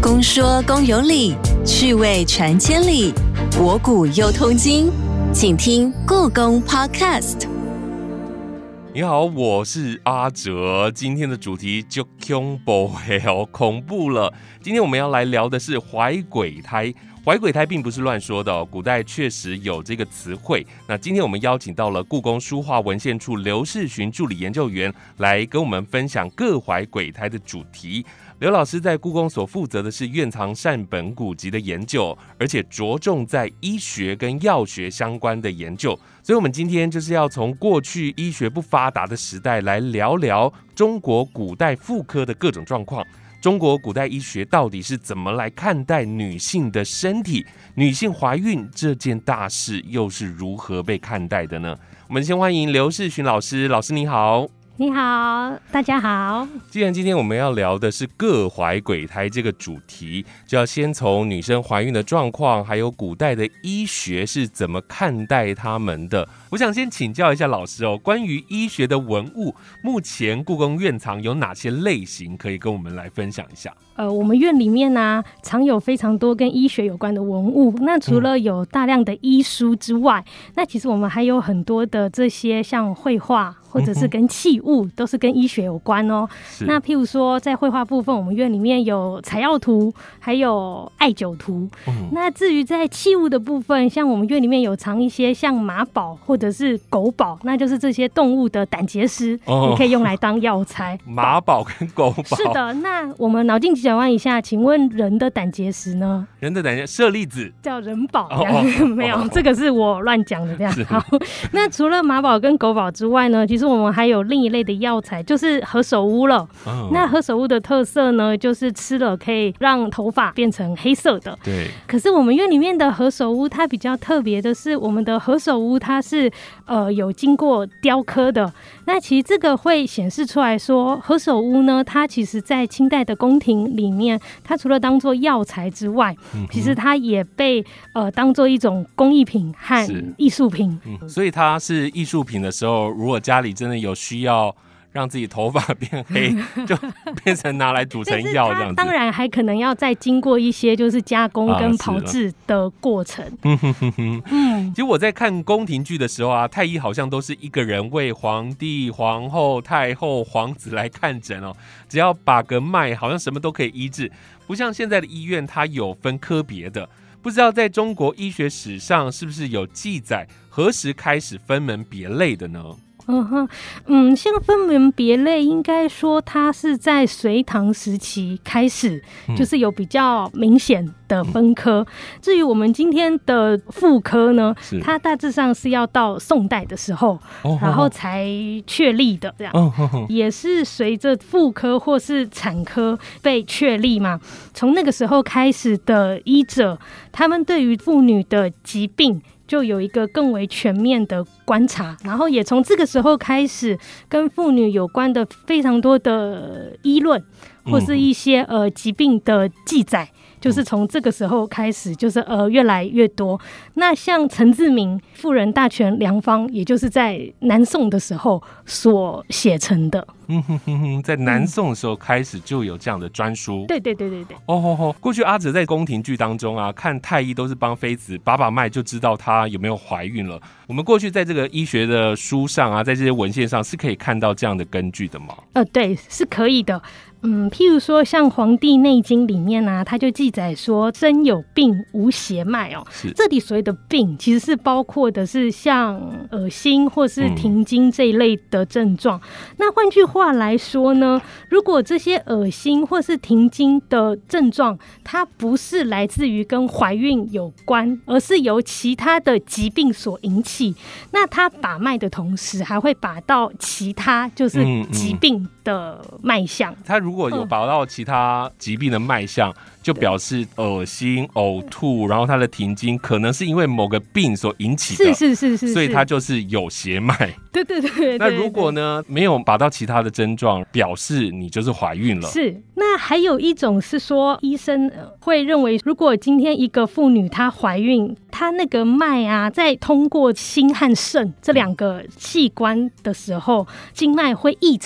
公说公有理，趣味传千里，我古又通今。请听故宫 Podcast。 你好，我是阿哲。今天的主题就恐怖了。今天我们要来聊的是怀鬼胎。怀鬼胎并不是乱说的哦，古代确实有这个词汇。那今天我们邀请到了故宫书画文献处刘世勋助理研究员来跟我们分享各怀鬼胎的主题。刘老师在故宫所负责的是院藏善本古籍的研究，而且着重在医学跟药学相关的研究。所以我们今天就是要从过去医学不发达的时代来聊聊中国古代妇科的各种状况。中国古代医学到底是怎么来看待女性的身体？女性怀孕这件大事又是如何被看待的呢？我们先欢迎刘世勋老师。老师你好。 你好，大家好。 既然今天我们要聊的是各怀鬼胎这个主题，就要先从女生怀孕的状况，还有古代的医学是怎么看待他们的。我想先请教一下老师哦，关于医学的文物，目前故宫院藏有哪些类型可以跟我们来分享一下？ 我们院里面呢，藏有非常多跟医学有关的文物。那除了有大量的医书之外，那其实我们还有很多的这些像绘画，或者是跟器物，都是跟医学有关哦。那譬如说，在绘画部分，我们院里面有采药图，还有艾灸图。那至于在器物的部分，像我们院里面有藏一些像马宝或者是狗宝，那就是这些动物的胆结石，你可以用来当药材。 马宝跟狗宝。是的。那我们脑筋急转弯一下，请问人的胆结石呢？ 人的胆结石，舍利子叫人宝。没有，这个是我乱讲的这样。好，那除了马宝跟狗宝之外呢，其实我们还有另一类的药材，就是何首乌了。那何首乌的特色呢，就是吃了可以让头发变成黑色的。 对。 可是我们院里面的何首乌，它比较特别的是，我们的何首乌它是有经过雕刻的。那其实这个会显示出来说，何首乌呢，它其实在清代的宫廷里面，它除了当做药材之外，其实它也被当做一种工艺品和艺术品。 所以它是艺术品的时候，如果家里真的有需要让自己头发变黑，就变成拿来煮成药这样子。 当然还可能要再经过一些就是加工跟炮制的过程。 其实我在看宫廷剧的时候啊，太医好像都是一个人为皇帝、皇后、太后、皇子来看诊哦，只要把个脉，好像什么都可以医治，不像现在的医院，它有分科别的。不知道在中国医学史上是不是有记载何时开始分门别类的呢？ 像分门别类，应该说它是在隋唐时期开始，就是有比较明显的分科。至于我们今天的妇科呢，它大致上是要到宋代的时候，然后才确立的，这样。也是随着妇科或是产科被确立嘛，从那个时候开始的医者，他们对于妇女的疾病就有一个更为全面的观察，然后也从这个时候开始，跟妇女有关的非常多的医论，或是一些疾病的记载，就是从这个时候开始，就是越来越多。那像陈自明《妇人大全良方》，也就是在南宋的时候所写成的。 在南宋的时候开始就有这样的专书。 对。 过去阿哲在宫廷剧当中啊，看太医都是帮妃子把脉就知道她有没有怀孕了。我们过去在这个医学的书上啊，在这些文献上是可以看到这样的根据的吗？ 对，是可以的。譬如说像《黄帝内经》里面啊，它就记载说身有病无邪脉哦。这里所谓的病其实是包括的是像恶心或是停经这一类的症状。那换句话来说呢，如果这些恶心或是停经的症状，它不是来自于跟怀孕有关，而是由其他的疾病所引起，那它把脉的同时还会把到其他就是疾病的脉象。 它如果有把到其他疾病的脉象，就表示恶心、呕吐，然后它的停经可能是因为某个病所引起的， 是， 所以它就是有邪脉。 对。 那如果呢没有把到其他的症状，表示你就是怀孕了。 是。那还有一种是说，医生会认为，如果今天一个妇女她怀孕，她那个脉啊，在通过心和肾这两个器官的时候，经脉会异常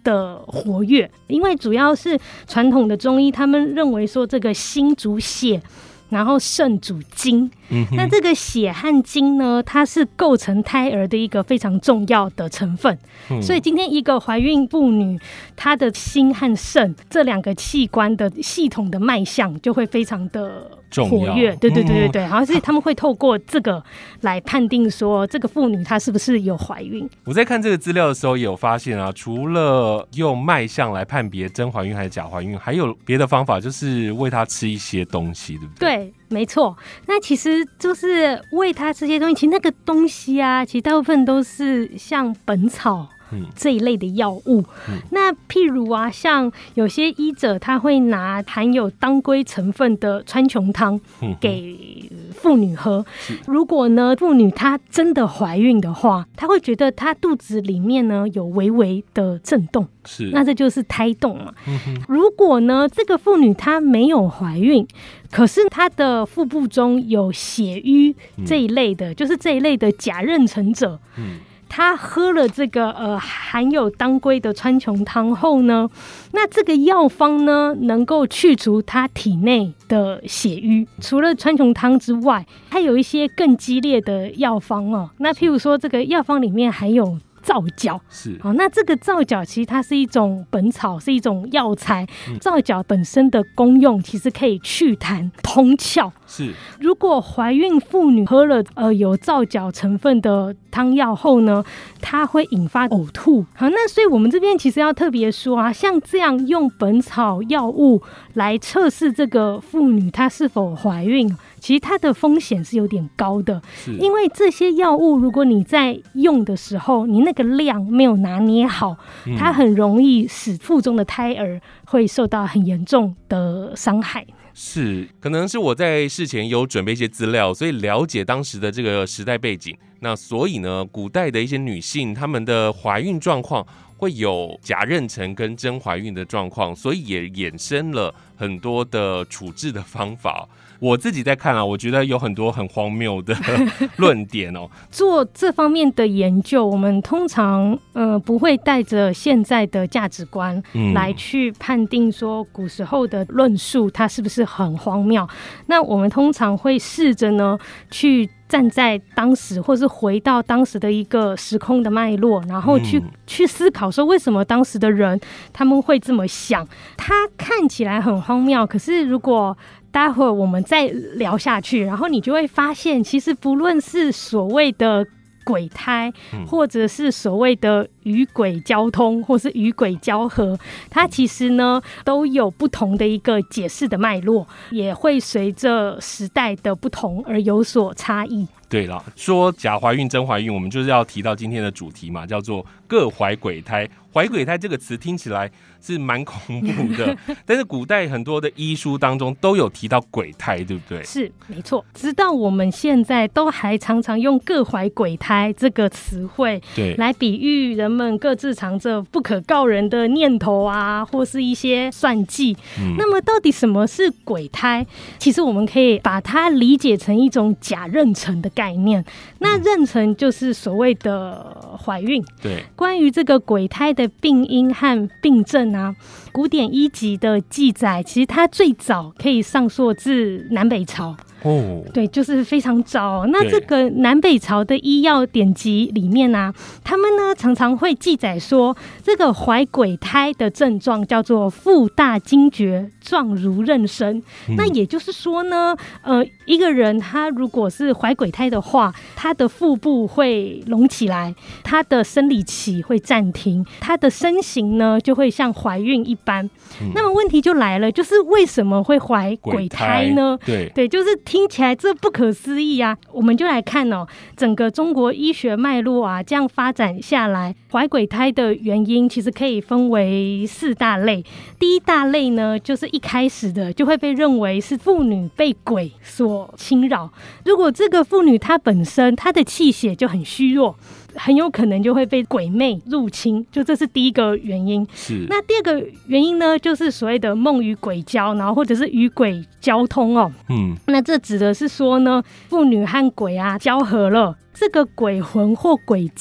的活跃，因为主要是传统的中医他们认为说这个心主血，然后肾主精，那这个血和精呢，它是构成胎儿的一个非常重要的成分，所以今天一个怀孕妇女，她的心和肾这两个器官的系统的脉象就会非常的活跃，对，然后所以他们会透过这个来判定说这个妇女她是不是有怀孕。 我在看这个资料的时候也有发现啊，除了用脉象来判别真怀孕还是假怀孕，还有别的方法，就是喂她吃一些东西，对不对？ 对，没错。那其实就是喂她吃些东西，其实那个东西啊，其实大部分都是像本草这一类的药物，那譬如啊，像有些医者他会拿含有当归成分的川穹汤给妇女喝。如果呢妇女她真的怀孕的话，她会觉得她肚子里面呢有微微的震动，那这就是胎动嘛。如果呢这个妇女她没有怀孕，可是她的腹部中有血瘀这一类的，就是这一类的假妊娠者，他喝了这个含有当归的川穹汤后呢，那这个药方呢能够去除他体内的血瘀。除了川穹汤之外，还有一些更激烈的药方哦。那譬如说这个药方里面还有皂角，那这个皂角其实它是一种本草，是一种药材。皂角本身的功用其实可以祛痰通窍。如果怀孕妇女喝了有皂角成分的汤药后呢，它会引发呕吐。好，那所以我们这边其实要特别说啊，像这样用本草药物来测试这个妇女她是否怀孕，其实它的风险是有点高的，因为这些药物如果你在用的时候，你那个量没有拿捏好，它很容易使腹中的胎儿会受到很严重的伤害。 可能是我在事前有准备一些资料，所以了解当时的这个时代背景。那所以呢，古代的一些女性她们的怀孕状况会有假妊娠跟真怀孕的状况，所以也衍生了很多的处置的方法。我自己在看啊，我觉得有很多很荒谬的论点哦。 做这方面的研究，我们通常不会带着现在的价值观来去判定说古时候的论述它是不是很荒谬。那我们通常会试着呢去站在当时，或是回到当时的一个时空的脉络，然后去思考说为什么当时的人他们会这么想。它看起来很荒谬，可是如果待会儿我们再聊下去，然后你就会发现，其实不论是所谓的鬼胎，或者是所谓的与鬼交通，或是与鬼交合，它其实呢都有不同的一个解释的脉络，也会随着时代的不同而有所差异。 对了，说假怀孕真怀孕，我们就是要提到今天的主题嘛，叫做各怀鬼胎。怀鬼胎这个词听起来是蛮恐怖的，但是古代很多的医书当中都有提到鬼胎，对不对？ 是，没错。直到我们现在都还常常用各怀鬼胎这个词汇来比喻人们各自藏着不可告人的念头啊，或是一些算计。那么到底什么是鬼胎？其实我们可以把它理解成一种假妊娠的概念。那妊娠就是所谓的怀孕。 对， 关于这个鬼胎的病因和病症啊，古典医籍的记载，其实它最早可以上溯至南北朝。对，就是非常早。那这个南北朝的医药典籍里面啊，他们呢常常会记载说，这个怀鬼胎的症状叫做腹大惊厥，状如妊娠。那也就是说呢，一个人他如果是怀鬼胎的话，他的腹部会隆起来，他的生理期会暂停，他的身形呢就会像怀孕一般。那么问题就来了，就是为什么会怀鬼胎呢？对，就是听起来这不可思议啊！我们就来看哦，整个中国医学脉络啊，这样发展下来，怀鬼胎的原因其实可以分为4大类。第一大类呢，就是一开始的就会被认为是妇女被鬼所侵扰。如果这个妇女她本身她的气血就很虚弱，很有可能就会被鬼魅入侵，就这是第一个原因。那第二个原因呢，就是所谓的梦与鬼交，然后或者是与鬼交通哦。那这指的是说呢，妇女和鬼啊交合了，这个鬼魂或鬼精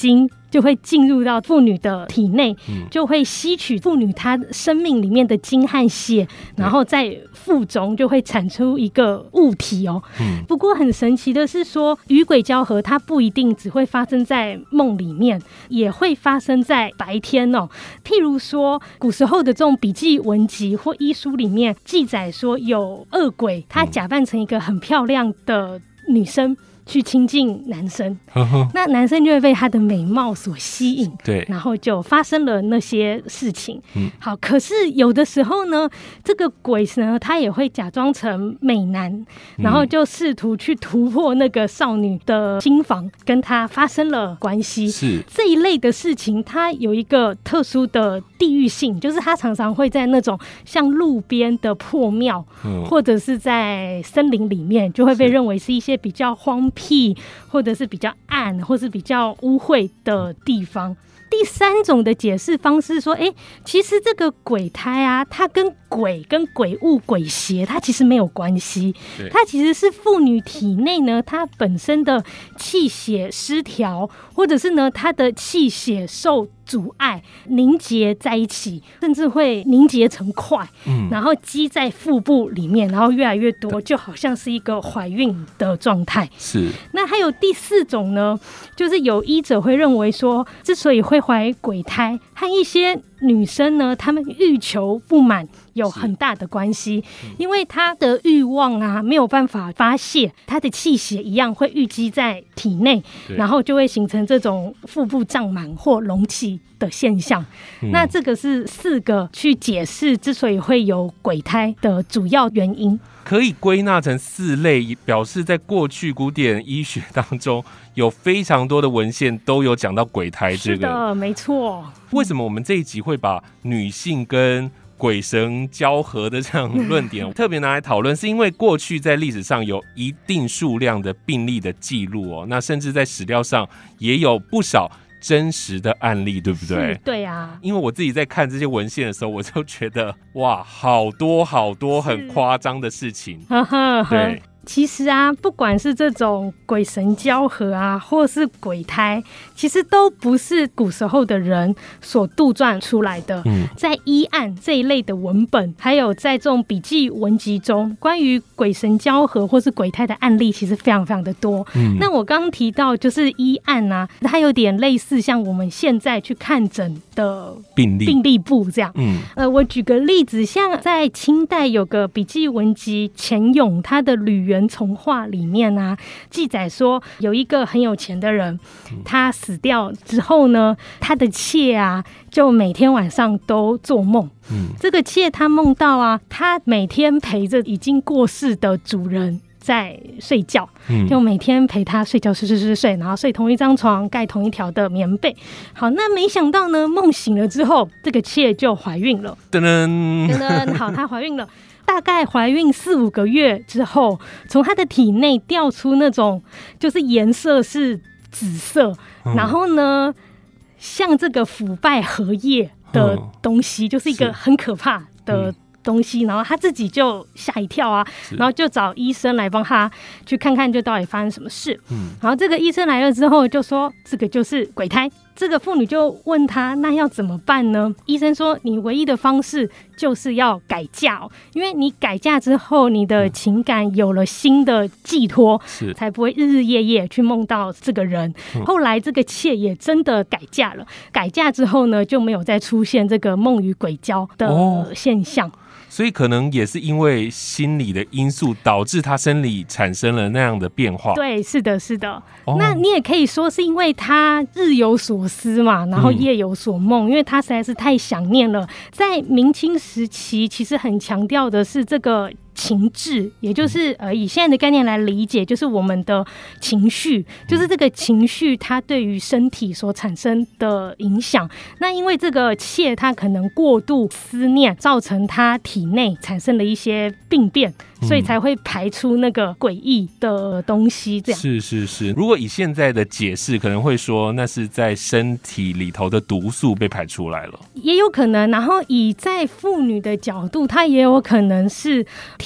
就会进入到妇女的体内，就会吸取妇女她生命里面的精和血，然后在腹中就会产出一个物体哦。不过很神奇的是说，与鬼交合它不一定只会发生在梦里面，也会发生在白天哦。譬如说，古时候的这种笔记文集或医书里面记载说，有恶鬼，他假扮成一个很漂亮的女生去亲近男生，那男生就会被他的美貌所吸引， 对， 然后就发生了那些事情。好，可是有的时候呢，这个鬼呢，他也会假装成美男，然后就试图去突破那个少女的心房，跟他发生了关系。 是这一类的事情，它有一个特殊的地域性，就是它常常会在那种像路边的破庙，或者是在森林里面，就会被认为是一些比较荒僻，或者是比较暗，或是比较污秽的地方。第三种的解释方式说，其实这个鬼胎啊，它跟鬼、跟鬼物、鬼邪，它其实没有关系。它其实是妇女体内呢，它本身的气血失调，或者是呢，它的气血受阻碍凝结在一起，甚至会凝结成块，然后积在腹部里面，然后越来越多，就好像是一个怀孕的状态。 是。 那还有第四种呢，就是有医者会认为说，之所以会怀鬼胎，和一些女生呢，她们欲求不满有很大的关系，因为她的欲望啊没有办法发泄，她的气血一样会淤积在体内，然后就会形成这种腹部胀满或隆起的现象。那这个是4个去解释之所以会有鬼胎的主要原因。 可以归纳成4类，表示在过去古典医学当中有非常多的文献都有讲到鬼胎这个。 是的，没错。 为什么我们这一集会把女性跟鬼神交合的这样论点特别拿来讨论，是因为过去在历史上有一定数量的病例的记录哦，那甚至在史料上也有不少真实的案例，对不对？ 对啊， 因为我自己在看这些文献的时候，我就觉得哇，好多好多很夸张的事情。对。 其实啊，不管是这种鬼神交合啊，或是鬼胎，其实都不是古时候的人所杜撰出来的。在医案这一类的文本，还有在这种笔记文集中，关于鬼神交合或是鬼胎的案例，其实非常非常的多。那我刚刚提到就是医案啊，它有点类似像我们现在去看诊的病历簿这样。我举个例子，像在清代有个笔记文集钱永他的旅园从话里面啊，记载说有一个很有钱的人，他死掉之后呢，他的妾啊就每天晚上都做梦。这个妾他梦到啊，他每天陪着已经过世的主人在睡觉，就每天陪他睡觉睡，然后睡同一张床，盖同一条的棉被。好，那没想到呢，梦醒了之后，这个妾就怀孕了。噔噔，好，她怀孕了。大概怀孕4-5个月之后，从她的体内调出那种就是颜色是紫色，然后呢，像这个腐败荷叶的东西，就是一个很可怕的东西，然后他自己就吓一跳啊，然后就找医生来帮他去看看就到底发生什么事。然后这个医生来了之后就说这个就是鬼胎。这个妇女就问他那要怎么办呢？医生说你唯一的方式就是要改嫁哦，因为你改嫁之后你的情感有了新的寄托，才不会日日夜夜去梦到这个人。后来这个妾也真的改嫁了，改嫁之后呢就没有再出现这个梦与鬼交的现象。 所以可能也是因为心理的因素导致他生理产生了那样的变化。 对，是的，是的。那你也可以说是因为他日有所思嘛，然后夜有所梦，因为他实在是太想念了。在明清时期，其实很强调的是这个情志，也就是以现在的概念来理解，就是我们的情绪，就是这个情绪它对于身体所产生的影响。那因为这个妾她可能过度思念，造成她体内产生了一些病变，所以才会排出那个诡异的东西。这样是。如果以现在的解释，可能会说那是在身体里头的毒素被排出来了， 也有可能。然后以在妇女的角度，它也有可能是体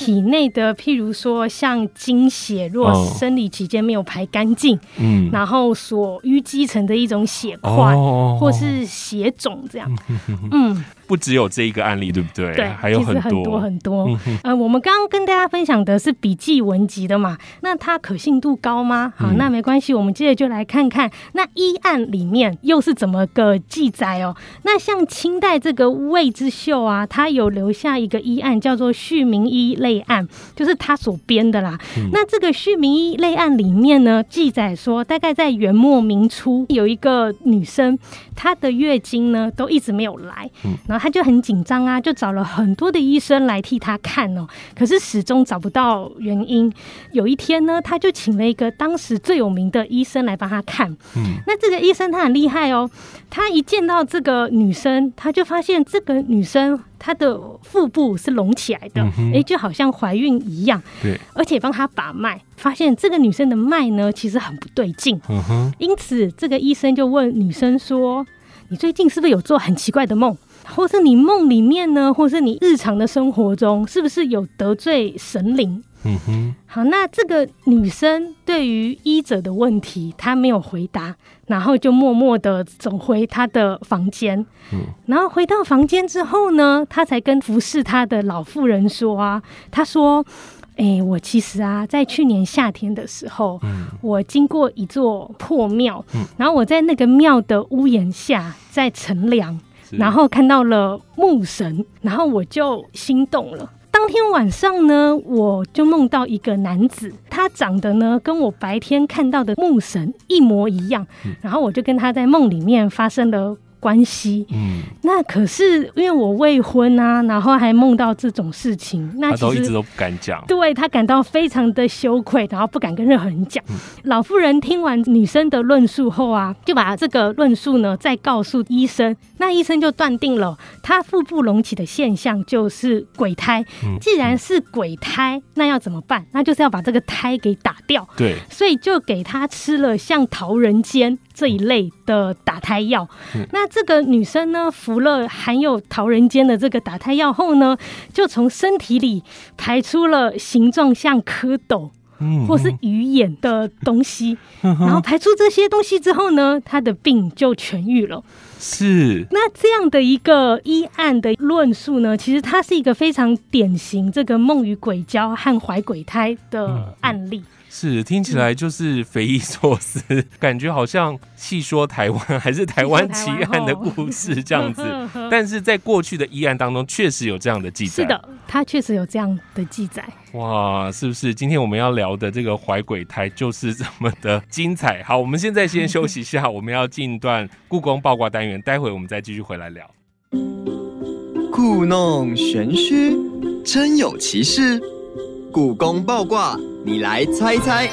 体内的譬如说像经血若生理期间没有排干净，然后所淤积成的一种血块，或是血肿这样。 不只有这一个案例，对不对？ 对， 还有很多很多。我们刚刚跟大家分享的是笔记文集的嘛，那它可信度高吗？好，那没关系，我们接着就来看看那医案里面又是怎么个记载哦。那像清代这个魏之秀啊，他有留下一个医案叫做《续明医类案》，就是他所编的啦。那这个《续明医类案》里面呢，记载说，大概在元末明初，有一个女生，她的月经呢都一直没有来，然后她就很紧张啊，就找了很多的医生来替她看哦，可是始终找不到原因。有一天呢，她就请了一个当时最有名的医生来帮她看。那这个医生他很厉害哦，他一见到这个女生，他就发现这个女生她的腹部是隆起来的，就好像怀孕一样。对，而且帮她把脉，发现这个女生的脉呢其实很不对劲。因此这个医生就问女生说，你最近是不是有做很奇怪的梦，或是你梦里面呢，或是你日常的生活中是不是有得罪神灵？好，那这个女生对于医者的问题她没有回答，然后就默默的走回她的房间。然后回到房间之后呢，她才跟服侍她的老妇人说啊，她说我其实啊，在去年夏天的时候，我经过一座破庙，然后我在那个庙的屋檐下在乘凉，然后看到了木神，然后我就心动了。当天晚上呢，我就梦到一个男子，他长得呢跟我白天看到的木神一模一样，然后我就跟他在梦里面发生了关系。那可是因为我未婚啊，然后还梦到这种事情，那他都一直都不敢讲。 对，他感到非常的羞愧，然后不敢跟任何人讲。老妇人听完女生的论述后啊，就把这个论述呢再告诉医生，那医生就断定了他腹部隆起的现象就是鬼胎。既然是鬼胎，那要怎么办？那就是要把这个胎给打掉。对，所以就给他吃了像桃仁煎这一类的打胎药。那这个女生呢，服了含有桃仁煎的这个打胎药后呢，就从身体里排出了形状像蝌蚪或是鱼眼的东西，然后排出这些东西之后呢，她的病就痊愈了。是，那这样的一个医案的论述呢，其实它是一个非常典型这个梦与鬼交和怀鬼胎的案例。 是，听起来就是匪夷所思，感觉好像细说台湾还是台湾奇案的故事这样子。但是在过去的医案当中，确实有这样的记载。是的， 它确实有这样的记载。 哇，是不是今天我们要聊的这个怀鬼胎就是这么的精彩？好，我们现在先休息一下，我们要进一段故宫八卦单元，待会我们再继续回来聊。 故弄玄虚，真有其事。故宫八卦，你来猜猜。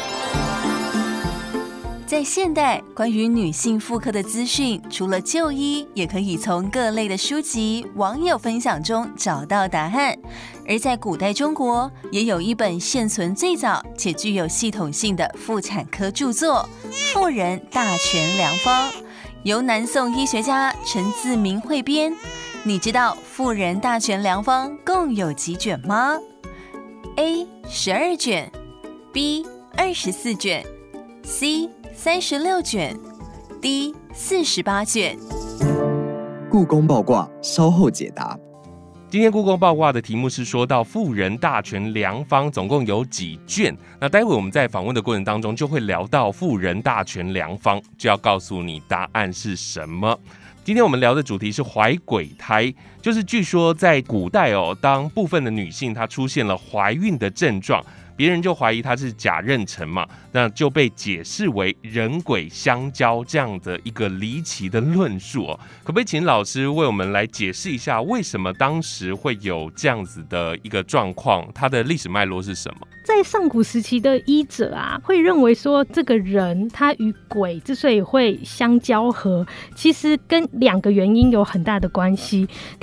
在现代，关于女性妇科的资讯，除了就医，也可以从各类的书籍、网友分享中找到答案。而在古代中国，也有一本现存最早且具有系统性的妇产科著作《妇人大全良方》，由南宋医学家陈自明汇编。你知道《妇人大全良方》共有几卷吗？A 12卷 B 24卷 C 36卷 D 48卷。 故宫八卦稍后解答。 今天故宫八卦的题目是说到妇人大全良方总共有几卷，那待会我们在访问的过程当中就会聊到妇人大全良方，就要告诉你答案是什么。今天我们聊的主题是怀鬼胎，就是据说在古代当部分的女性她出现了怀孕的症状，别人就怀疑她是假妊娠嘛，那就被解释为人鬼相交这样的一个离奇的论述可不可以请老师为我们来解释一下，为什么当时会有这样子的一个状况，它的历史脉络是什么？ 在上古时期的医者啊，会认为说这个人他与鬼之所以会相交合，其实跟2个原因有很大的关系。第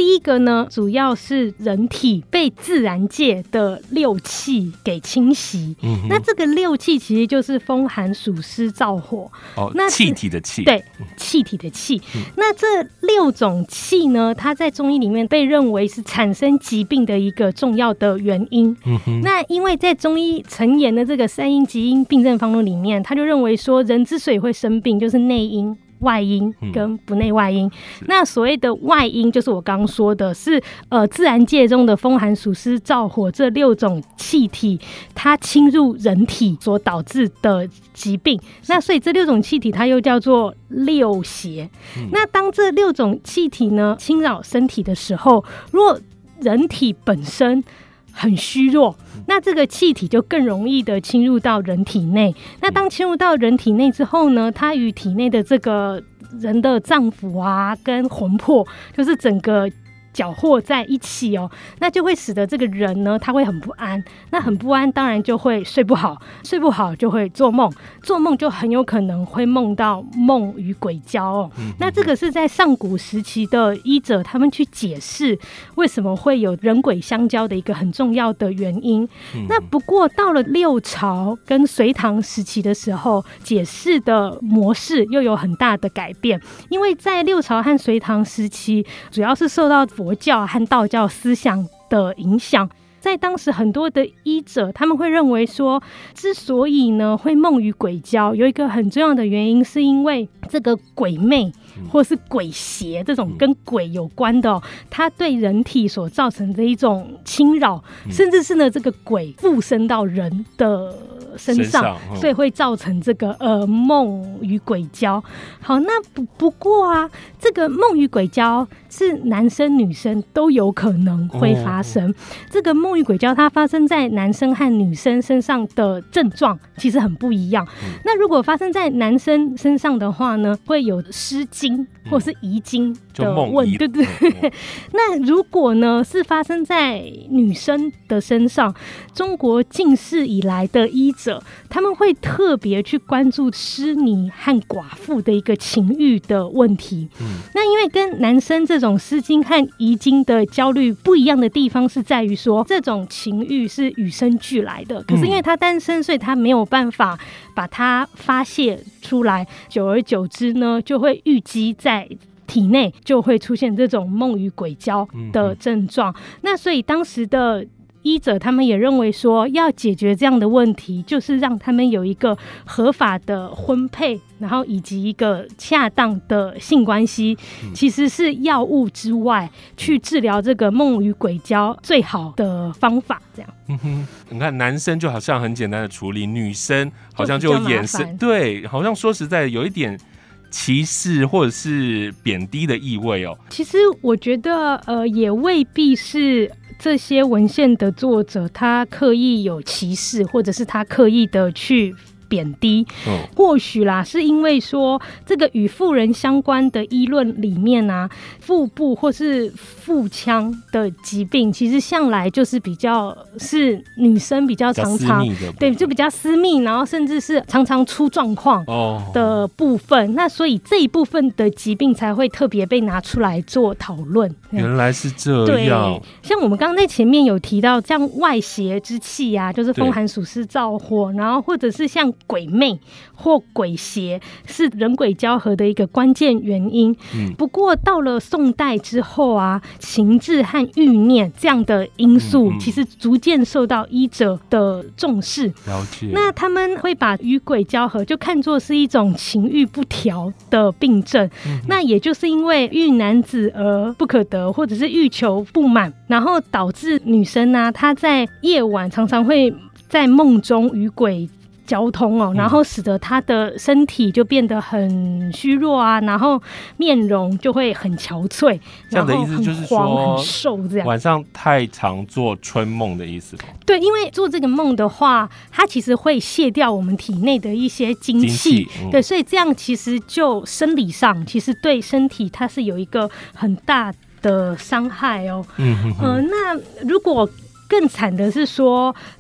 第一个呢，主要是人体被自然界的六气给侵袭。那这个六气其实就是风寒暑湿燥火。那气体的气。 对，气体的气。那这6种气呢，它在中医里面被认为是产生疾病的一个重要的原因。那因为在中医陈言的这个3阴极阴病症方论里面，他就认为说，人之所以会生病，就是内因、外因跟不内外因。那所谓的外因，就是我刚刚说的是自然界中的风寒暑湿燥火这6种气体，它侵入人体所导致的疾病。那所以这6种气体它又叫做六邪。那当这6种气体呢侵扰身体的时候，如果人体本身很虚弱，那这个气体就更容易的侵入到人体内。那当侵入到人体内之后呢，它与体内的这个人的脏腑啊跟魂魄，就是整个搅和在一起哦，那就会使得这个人呢，他会很不安。那很不安，当然就会睡不好，睡不好就会做梦，做梦就很有可能会梦到梦与鬼交哦。那这个是在上古时期的医者他们去解释为什么会有人鬼相交的一个很重要的原因。那不过到了6朝跟隋唐时期的时候，解释的模式又有很大的改变，因为在6朝和隋唐时期，主要是受到佛教和道教思想的影响。在当时很多的医者他们会认为说，之所以呢会梦与鬼交，有一个很重要的原因，是因为这个鬼魅或是鬼邪这种跟鬼有关的它对人体所造成的一种侵扰，甚至是呢这个鬼附身到人的身上，所以会造成这个梦与鬼交。好，那不过啊，这个梦与鬼交是男生女生都有可能会发生。这个梦与鬼交它发生在男生和女生身上的症状其实很不一样。那如果发生在男生身上的话呢，会有失精或是遗精的问题，对不对？那如果呢是发生在女生的身上，中国近世以来的医者他们会特别去关注失尼和寡妇的一个情欲的问题。那因为跟男生这种失精和遗精的焦虑不一样的地方是在于说，这种情欲是与生俱来的，可是因为他单身，所以他没有办法把它发泄出来，久而久之呢就会郁积在体内，就会出现这种梦与鬼交的症状。那所以当时的医者他们也认为说，要解决这样的问题，就是让他们有一个合法的婚配，然后以及一个恰当的性关系，其实是药物之外去治疗这个梦与鬼交最好的方法。这样， 你看男生就好像很简单的处理，女生好像就衍生，对，好像说实在有一点歧视或者是贬低的意味哦。 其实我觉得也未必是这些文献的作者他刻意有歧视，或者是他刻意的去贬低，或许啦是因为说这个与妇人相关的医论里面啊，腹部或是腹腔的疾病其实向来就是比较是女生比较常常对，就比较私密，然后甚至是常常出状况的部分，那所以这一部分的疾病才会特别被拿出来做讨论。 原来是这样。 对，像我们刚刚在前面有提到像外邪之气啊，就是风寒暑湿燥火，然后或者是像鬼魅或鬼邪是人鬼交合的一个关键原因。不过到了宋代之后啊，情志和欲念这样的因素其实逐渐受到医者的重视。 了解。 那他们会把与鬼交合就看作是一种情欲不调的病症。那也就是因为欲男子而不可得，或者是欲求不满，然后导致女生啊，她在夜晚常常会在梦中与鬼交通哦，然后使得他的身体就变得很虚弱啊，然后面容就会很憔悴， 这样的意思就是说很瘦，这样晚上太常做春梦的意思吗？ 对，因为做这个梦的话，它其实会卸掉我们体内的一些精气，对，所以这样其实就生理上，其实对身体它是有一个很大的伤害哦。那如果更惨的是说，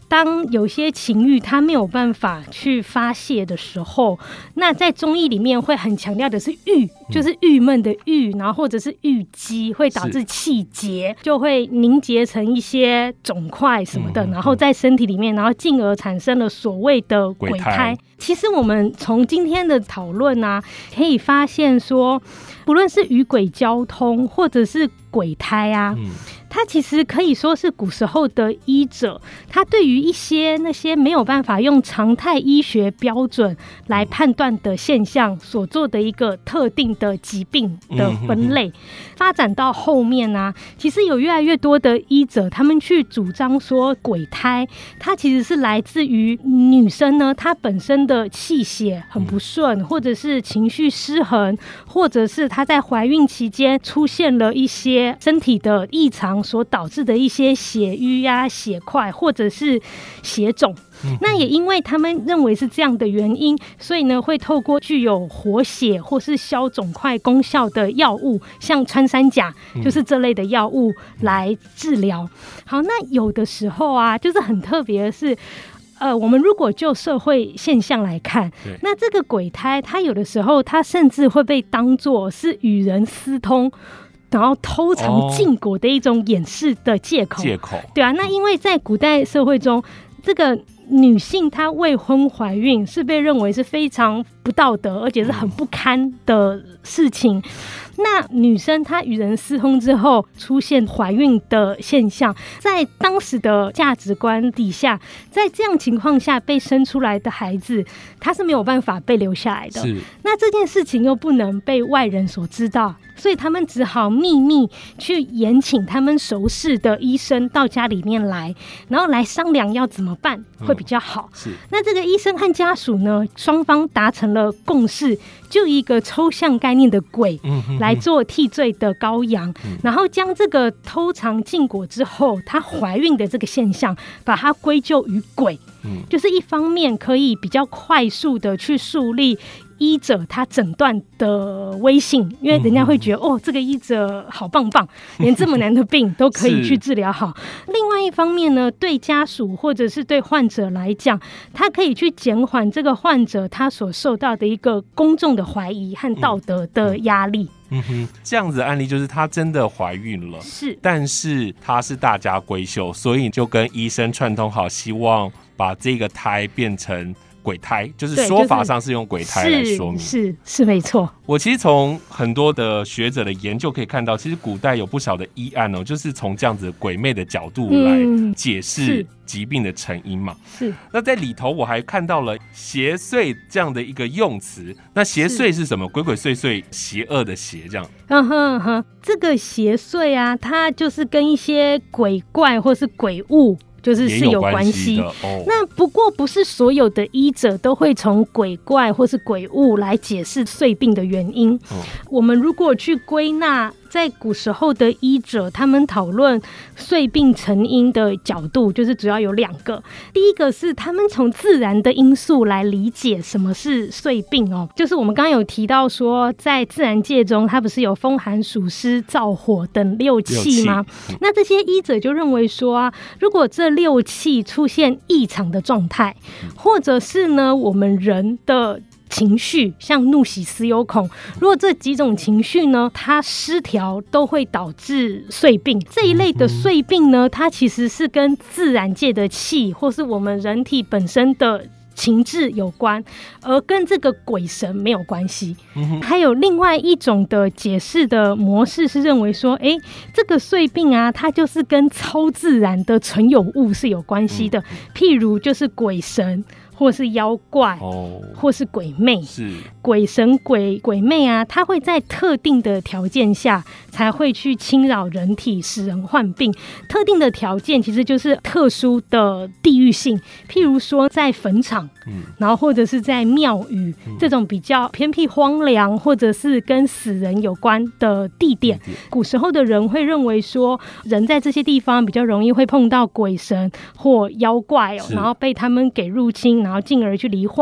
当有些情欲它没有办法去发泄的时候，那在中医里面会很强调的是郁，就是郁闷的郁，然后或者是郁积，会导致气结，就会凝结成一些肿块什么的，然后在身体里面，然后进而产生了所谓的鬼胎。其实我们从今天的讨论啊，可以发现说，不论是与鬼交通或者是鬼胎啊，它其实可以说是古时候的医者，他对于一些那些没有办法用常态医学标准来判断的现象所做的一个特定的疾病的分类。发展到后面啊，其实有越来越多的医者，他们去主张说鬼胎它其实是来自于女生呢，她本身的气血很不顺，或者是情绪失衡，或者是她在怀孕期间出现了一些身体的异常所导致的一些血瘀啊、血块或者是血肿。那也因为他们认为是这样的原因，所以呢会透过具有活血或是消肿块功效的药物，像穿山甲就是这类的药物来治疗。好，那有的时候啊，就是很特别的是我们如果就社会现象来看，那这个鬼胎它有的时候它甚至会被当作是与人私通然后偷藏禁果的一种掩饰的借口。对啊，那因为在古代社会中，这个女性她未婚怀孕是被认为是非常不道德而且是很不堪的事情。那女生她与人私通之后出现怀孕的现象，在当时的价值观底下，在这样情况下被生出来的孩子，她是没有办法被留下来的。那这件事情又不能被外人所知道，所以他们只好秘密去延请他们熟识的医生到家里面来，然后来商量要怎么办会比较好。那这个医生和家属呢，双方达成了共识，就一个抽象概念的鬼来做替罪的羔羊，然后将这个偷藏禁果之后她怀孕的这个现象把它归咎于鬼，就是一方面可以比较快速的去树立医者他诊断的威信，因为人家会觉得这个医者好棒棒，连这么难的病都可以去治疗好。另外一方面呢，对家属或者是对患者来讲，他可以去减缓这个患者他所受到的一个公众的怀疑和道德的压力。 这样子的案例就是她真的怀孕了，但是她是大家闺秀，所以就跟医生串通好，希望把这个胎变成鬼胎，就是说法上是用鬼胎来说明。 是没错。 我其实从很多的学者的研究可以看到，其实古代有不少的医案就是从这样子鬼魅的角度来解释疾病的成因嘛。那在里头我还看到了邪祟这样的一个用词。那邪祟是什么？鬼鬼祟祟，邪恶的邪这样。 这个邪祟啊，它就是跟一些鬼怪或是鬼物就是有关系的。那不过不是所有的医者都会从鬼怪或是鬼物来解释祟病的原因。我们如果去归纳在古时候的医者，他们讨论祟病成因的角度就是主要有2个。第一个是他们从自然的因素来理解什么是祟病就是我们刚刚有提到说，在自然界中它不是有风寒暑湿燥火等6气吗？那这些医者就认为说如果这6气出现异常的状态，或者是呢我们人的情绪像怒喜思忧恐，如果这几种情绪呢它失调，都会导致祟病。这一类的祟病呢，它其实是跟自然界的气或是我们人体本身的情志有关，而跟这个鬼神没有关系。还有另外一种的解释的模式是认为说，这个祟病啊，它就是跟超自然的存有物是有关系的，譬如就是鬼神或是妖怪或是鬼魅。鬼神鬼魅啊，它会在特定的条件下才会去侵扰人体，使人患病。特定的条件其实就是特殊的地域性，譬如说在坟场，然后或者是在庙宇，这种比较偏僻荒凉或者是跟死人有关的地点。古时候的人会认为说，人在这些地方比较容易会碰到鬼神或妖怪然后被他们给入侵，然后进而去罹患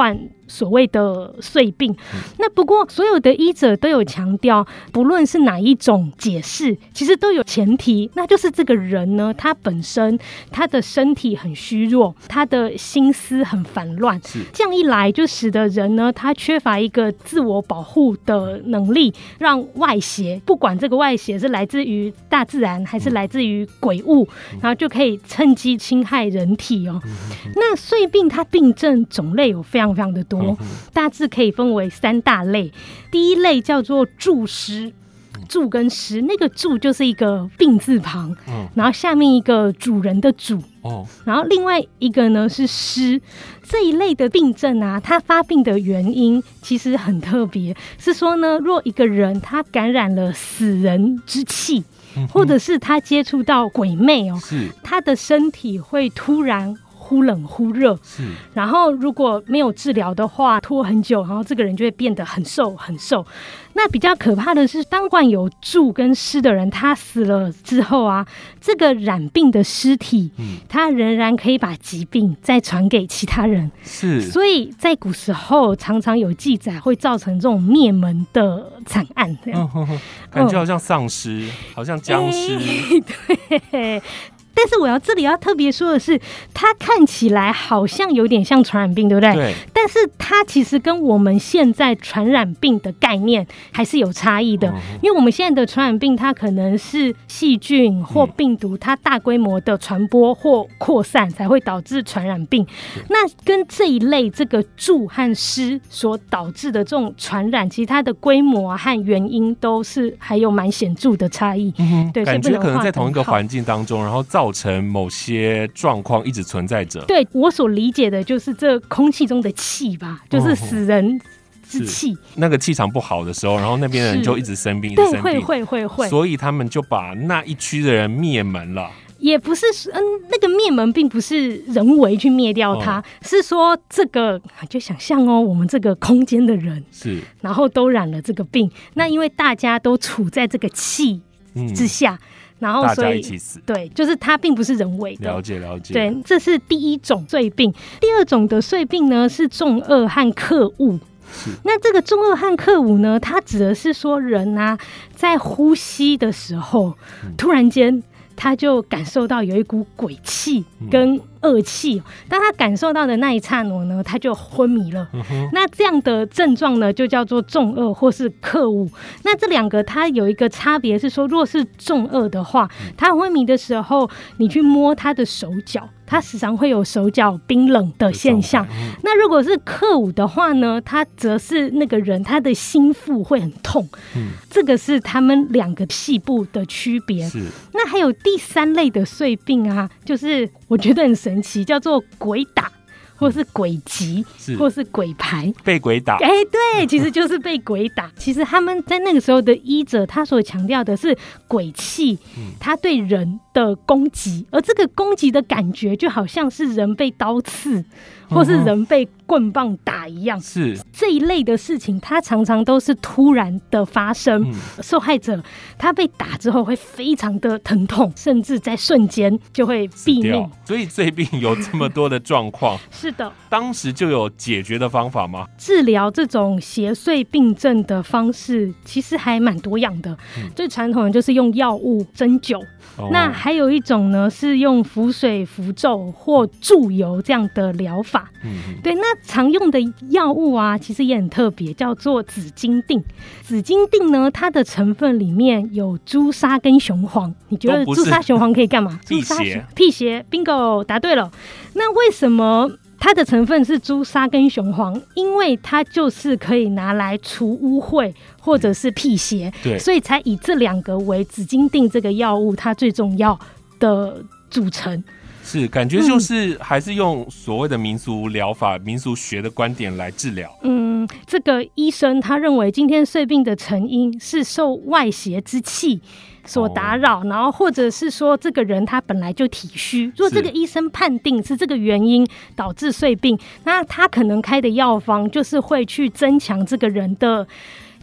所谓的岁病。那不过所有的医者都有强调，不论是哪一种解释，其实都有前提，那就是这个人呢，他本身他的身体很虚弱，他的心思很烦乱，这样一来就使得人呢，他缺乏一个自我保护的能力，让外邪，不管这个外邪是来自于大自然还是来自于鬼物，然后就可以趁机侵害人体哦。那岁病它病症种类有非常非常的多，大致可以分为3大类。第一类叫做注湿，注跟湿，那个注就是一个病字旁，然后下面一个主人的主，然后另外一个呢是湿。这一类的病症啊，它发病的原因其实很特别，是说呢，若一个人他感染了死人之气，或者是他接触到鬼魅哦，他的身体会突然忽冷忽热，然后如果没有治疗的话，拖很久，然后这个人就会变得很瘦很瘦。那比较可怕的是，当患有注跟湿的人，他死了之后啊，这个染病的尸体，他仍然可以把疾病再传给其他人。所以在古时候常常有记载会造成这种灭门的惨案，这样感觉好像丧尸，好像僵尸。 对。但是这里要特别说的是，它看起来好像有点像传染病，对不对？ 对。 但是它其实跟我们现在传染病的概念还是有差异的，因为我们现在的传染病它可能是细菌或病毒，它大规模的传播或扩散才会导致传染病。那跟这一类这个注和湿所导致的这种传染，其实它的规模和原因都是还有蛮显著的差异。对， 感觉可能在同一个环境当中，然后造成某些状况一直存在着。 对，我所理解的就是这空气中的气吧，就是死人之气。 那个气场不好的时候，然后那边的人就一直生病，一直生病。 对，会。 所以他们就把那一区的人灭门了。 也不是，那个灭门并不是人为去灭掉它，是说这个就想象我们这个空间的人然后都染了这个病，那因为大家都处在这个气之下。然后所以大家一起死， 对，就是它并不是人为的。 了解。 对，这是第一种岁病。第二种的岁病呢是重恶和克物。那这个重恶和克物呢，它指的是说人啊，在呼吸的时候，突然间他就感受到有一股鬼气跟恶气，当他感受到的那一刹那呢，他就昏迷了。那这样的症状呢，就叫做重恶或是克物。那这两个它有一个差别是说，若是重恶的话，他昏迷的时候，你去摸他的手脚，他时常会有手脚冰冷的现象。那如果是克物的话呢，他则是那个人他的心腹会很痛。这个是他们两个细部的区别。那还有第3类的岁病啊，就是我觉得很神奇，叫做鬼打，或是鬼击，或是鬼排， 被鬼打。 对，其实就是被鬼打。其实他们在那个时候的医者，他所强调的是鬼气，他对人的攻击，而这个攻击的感觉就好像是人被刀刺，或是人被棍棒打一样。这一类的事情，它常常都是突然的发生。受害者他被打之后会非常的疼痛，甚至在瞬间就会毙命。 所以岁病有这么多的状况。 是的。 当时就有解决的方法吗？ 治疗这种邪岁病症的方式其实还蛮多样的。最传统的就是用药物、针灸。那还有一种呢，是用符水、符咒或注油这样的疗法。对，那常用的药物啊，其实也很特别，叫做紫金锭。紫金锭呢，它的成分里面有朱砂跟雄黄。你觉得朱砂、雄黄可以干嘛？辟邪 ，bingo， 答对了。那为什么它的成分是朱砂跟雄黄？因为它就是可以拿来除污秽或者是辟邪，所以才以这2个为紫金锭这个药物它最重要的组成。 感觉就是还是用所谓的民俗疗法、民俗学的观点来治疗。 这个医生他认为今天岁病的成因是受外邪之气所打扰，然后或者是说这个人他本来就体虚，如果这个医生判定是这个原因导致岁病，那他可能开的药方就是会去增强这个人的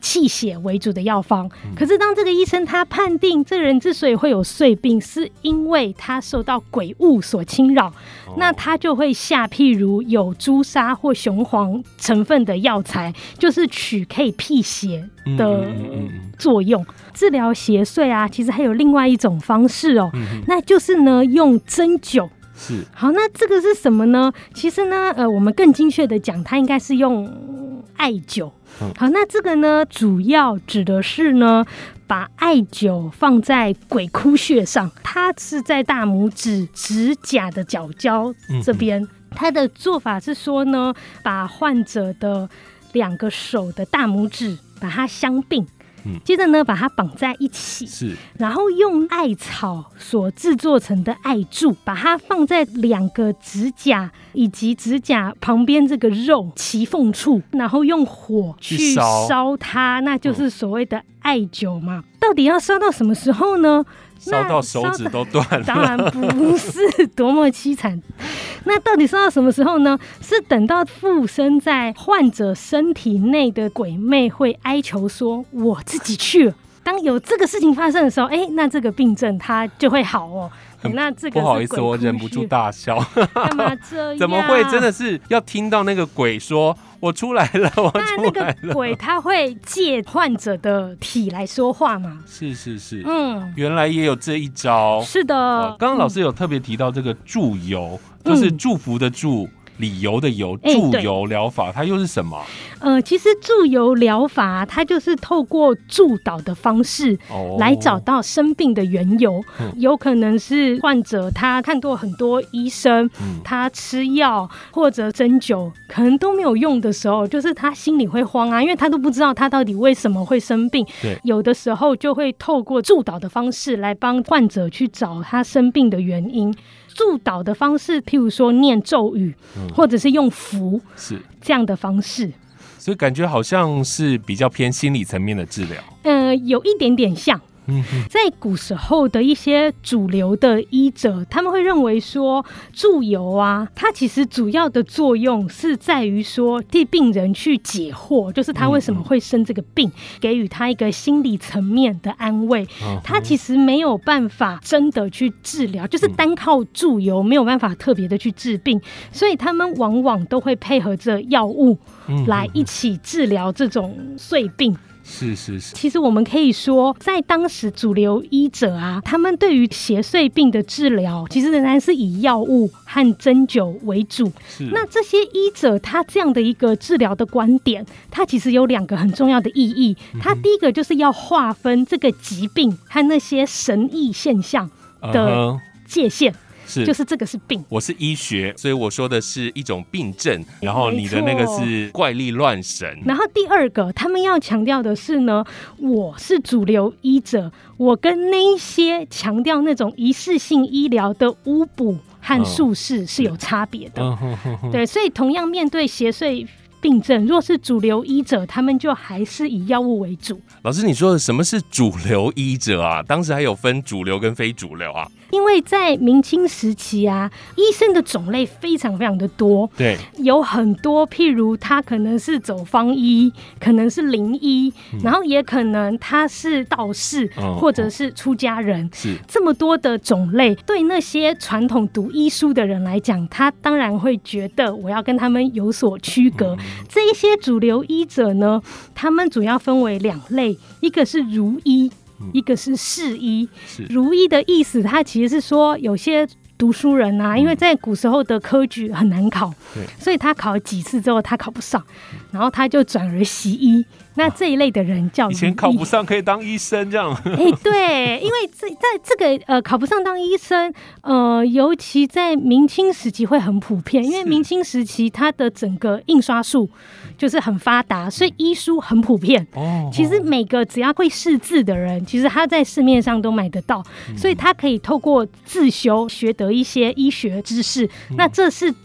气血为主的药方。可是当这个医生他判定这个人之所以会有燧病，是因为他受到鬼物所侵扰，那他就会下譬如有朱砂或雄黄成分的药材，就是取可以辟邪的作用。治疗邪祟啊，其实还有另外一种方式哦，那就是呢用针灸。 是， 好，那这个是什么呢？其实呢，我们更精确的讲，它应该是用艾灸。好，那这个呢，主要指的是呢，把艾灸放在鬼窟穴上，它是在大拇指指甲的角胶这边。它的做法是说呢，把患者的2个手的大拇指把它相并。接着呢，把它绑在一起， 是， 然后用艾草所制作成的艾柱，把它放在2个指甲以及指甲旁边这个肉齐缝处，然后用火去烧它，那就是所谓的艾灸嘛。到底要烧到什么时候呢？ 烧到手指都断了？ 当然不是，多么凄惨。那到底烧到什么时候呢？是等到附身在患者身体内的鬼魅会哀求说我自己去了。当有这个事情发生的时候，那这个病症它就会好哦。那这个不好意思，我忍不住大笑。 干嘛这样？ 怎么会？真的是要听到那个鬼说我出来了，我出来了。 那个鬼他会借患者的体来说话嘛？ 是，原来也有这一招。 是的， 刚刚老师有特别提到这个祝由，就是祝福的祝。理由的由，祝由疗法，它又是什么？ 其实祝由疗法它就是透过祝祷的方式来找到生病的缘由。有可能是患者他看过很多医生，他吃药或者针灸可能都没有用的时候，就是他心里会慌啊，因为他都不知道他到底为什么会生病。有的时候就会透过祝祷的方式来帮患者去找他生病的原因。祝祷的方式，譬如说念咒语，或者是用符，是这样的方式。 所以感觉好像是比较偏心理层面的治疗。 有一点点像。在古时候的一些主流的医者，他们会认为说祝由啊，它其实主要的作用是在于说替病人去解惑，就是他为什么会生这个病，给予他一个心理层面的安慰。他其实没有办法真的去治疗，就是单靠祝由没有办法特别的去治病，所以他们往往都会配合着药物来一起治疗这种燧病。 是。 其实我们可以说，在当时主流医者啊，他们对于邪燧病的治疗，其实仍然是以药物和针灸为主。那这些医者他这样的一个治疗的观点，他其实有2个很重要的意义。他第一个就是要划分这个疾病和那些神异现象的界限。就是这个是病， 我是医学，所以我说的是一种病症，然后你的那个是怪力乱神。 然后第2个，他们要强调的是呢，我是主流医者，我跟那些强调那种仪式性医疗的巫卜和术士是有差别的。对，所以同样面对邪燧病症，若是主流医者，他们就还是以药物为主。 老师，你说的什么是主流医者啊？当时还有分主流跟非主流啊？ 因为在明清时期啊，医生的种类非常非常的多， 对， 有很多，譬如他可能是走方医，可能是灵医，然后也可能他是道士，或者是出家人，是这么多的种类。对那些传统读医书的人来讲，他当然会觉得我要跟他们有所区隔。这一些主流医者呢，他们主要分为2类，一个是儒医，一个是士医。儒医的意思，它其实是说有些读书人啊，因为在古时候的科举很难考，所以他考几次之后他考不上，然后他就转而习医。那这一类的人叫以前考不上可以当医生这样。 对，因为在这个考不上当医生，尤其在明清时期会很普遍，因为明清时期它的整个印刷术就是很发达，所以医书很普遍。其实每个只要会识字的人，其实他在市面上都买得到，所以他可以透过自修学得一些医学知识。那这是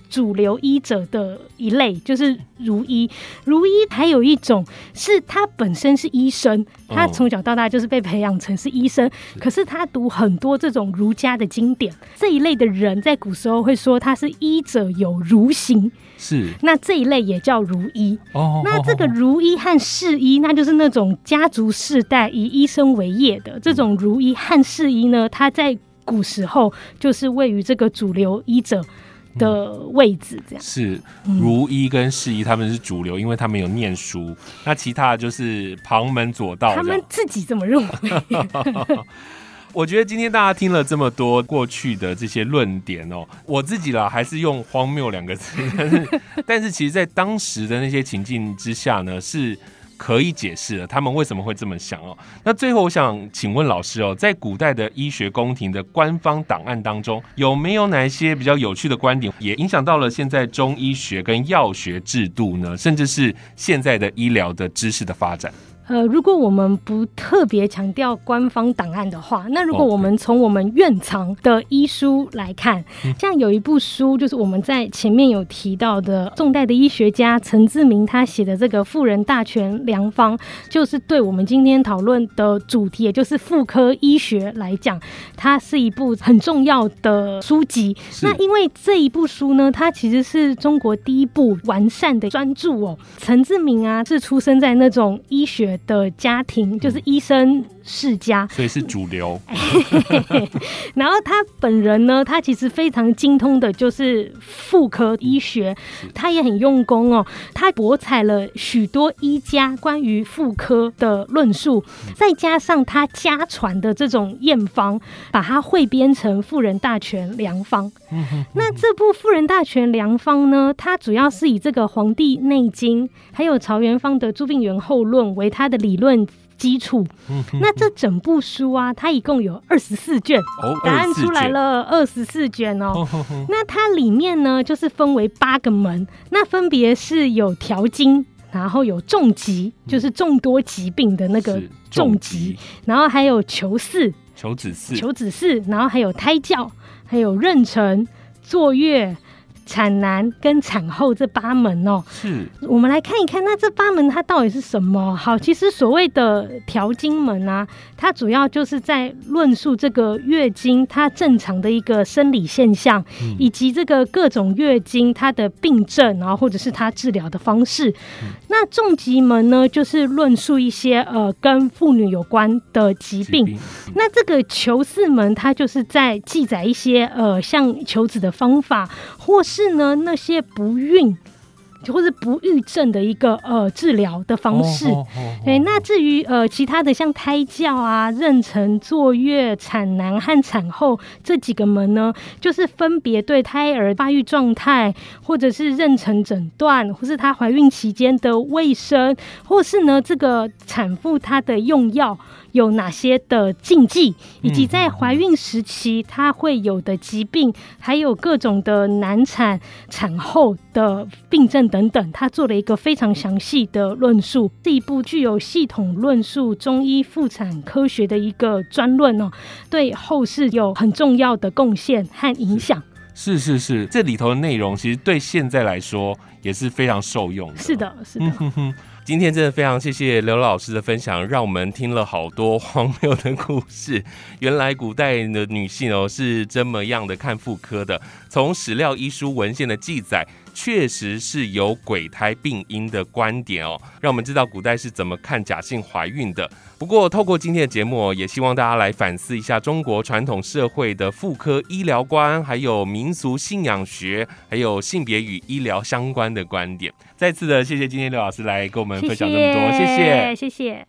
主流医者的一类，就是儒医。儒医还有一种是他本身是医生，他从小到大就是被培养成是医生，可是他读很多这种儒家的经典。这一类的人在古时候会说他是医者有儒行， 是那这一类也叫儒医。那这个儒医和士医，那就是那种家族世代以医生为业的这种儒医和士医呢，他在古时候就是位于这个主流医者的位置，这样是儒医跟士医他们是主流，因为他们有念书，那其他的就是旁门左道， 他们自己这么认为。 我觉得今天大家听了这么多过去的这些论点哦，我自己啦还是用荒谬2个字，但是其实在当时的那些情境之下呢，是可以解释的，他们为什么会这么想哦？那最后我想请问老师哦，在古代的医学宫廷的官方档案当中，有没有哪一些比较有趣的观点，也影响到了现在中医学跟药学制度呢？甚至是现在的医疗的知识的发展？ 如果我们不特别强调官方档案的话，那如果我们从我们院藏的医书来看，像有一部书就是我们在前面有提到的宋代的医学家陈自明他写的这个《妇人大全良方》，就是对我们今天讨论的主题，也就是妇科医学来讲，它是一部很重要的书籍。那因为这一部书呢，它其实是中国第一部完善的专著哦。陈自明啊是出生在那种医学的家庭，就是医生世家， 所以是主流。 然后他本人呢，他其实非常精通的就是妇科医学，他也很用功哦。他博采了许多医家关于妇科的论述，再加上他家传的这种验方，把它汇编成《妇人大全良方》。那这部《妇人大全良方》呢，它主要是以这个《黄帝内经》还有曹元芳的《诸病源后论》为它的理论基础。那这整部书啊，它一共有24卷，答案出来了，24卷哦。那它里面呢，就是分为8个门，那分别是有调经，然后有重疾，就是众多疾病的那个重疾，然后还有求嗣、求子嗣，然后还有胎教，还有妊娠、坐月、产男跟产后这8门哦。是，我们来看一看，那这8门它到底是什么？好，其实所谓的调经门啊，它主要就是在论述这个月经它正常的一个生理现象，以及这个各种月经它的病症，然后或者是它治疗的方式。那重疾门呢，就是论述一些跟妇女有关的疾病。那这个求嗣门，它就是在记载一些像求子的方法，或是呢那些不孕或是不育症的一个治疗的方式。对，那至于其他的像胎教啊、妊娠、坐月、产男和产后这几个门呢，就是分别对胎儿发育状态，或者是妊娠诊断，或是她怀孕期间的卫生，或是呢这个产妇她的用药有哪些的禁忌，以及在怀孕时期她会有的疾病，还有各种的难产、产后的病症等等，他做了一个非常详细的论述，是一部具有系统论述中医妇产科学的一个专论哦，对后世有很重要的贡献和影响。 是，这里头的内容其实对现在来说也是非常受用的。是的。今天真的非常谢谢刘老师的分享，让我们听了好多荒谬的故事。原来古代的女性是这么样的看妇科的，从史料、医书、文献的记载，确实是有鬼胎病因的观点让我们知道古代是怎么看假性怀孕的。不过透过今天的节目也希望大家来反思一下中国传统社会的妇科医疗观，还有民俗信仰学，还有性别与医疗相关的观点。再次的谢谢今天刘老师来跟我们分享这么多，谢谢。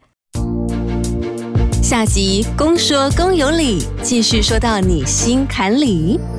下集公说公有理，继续说到你心坎里。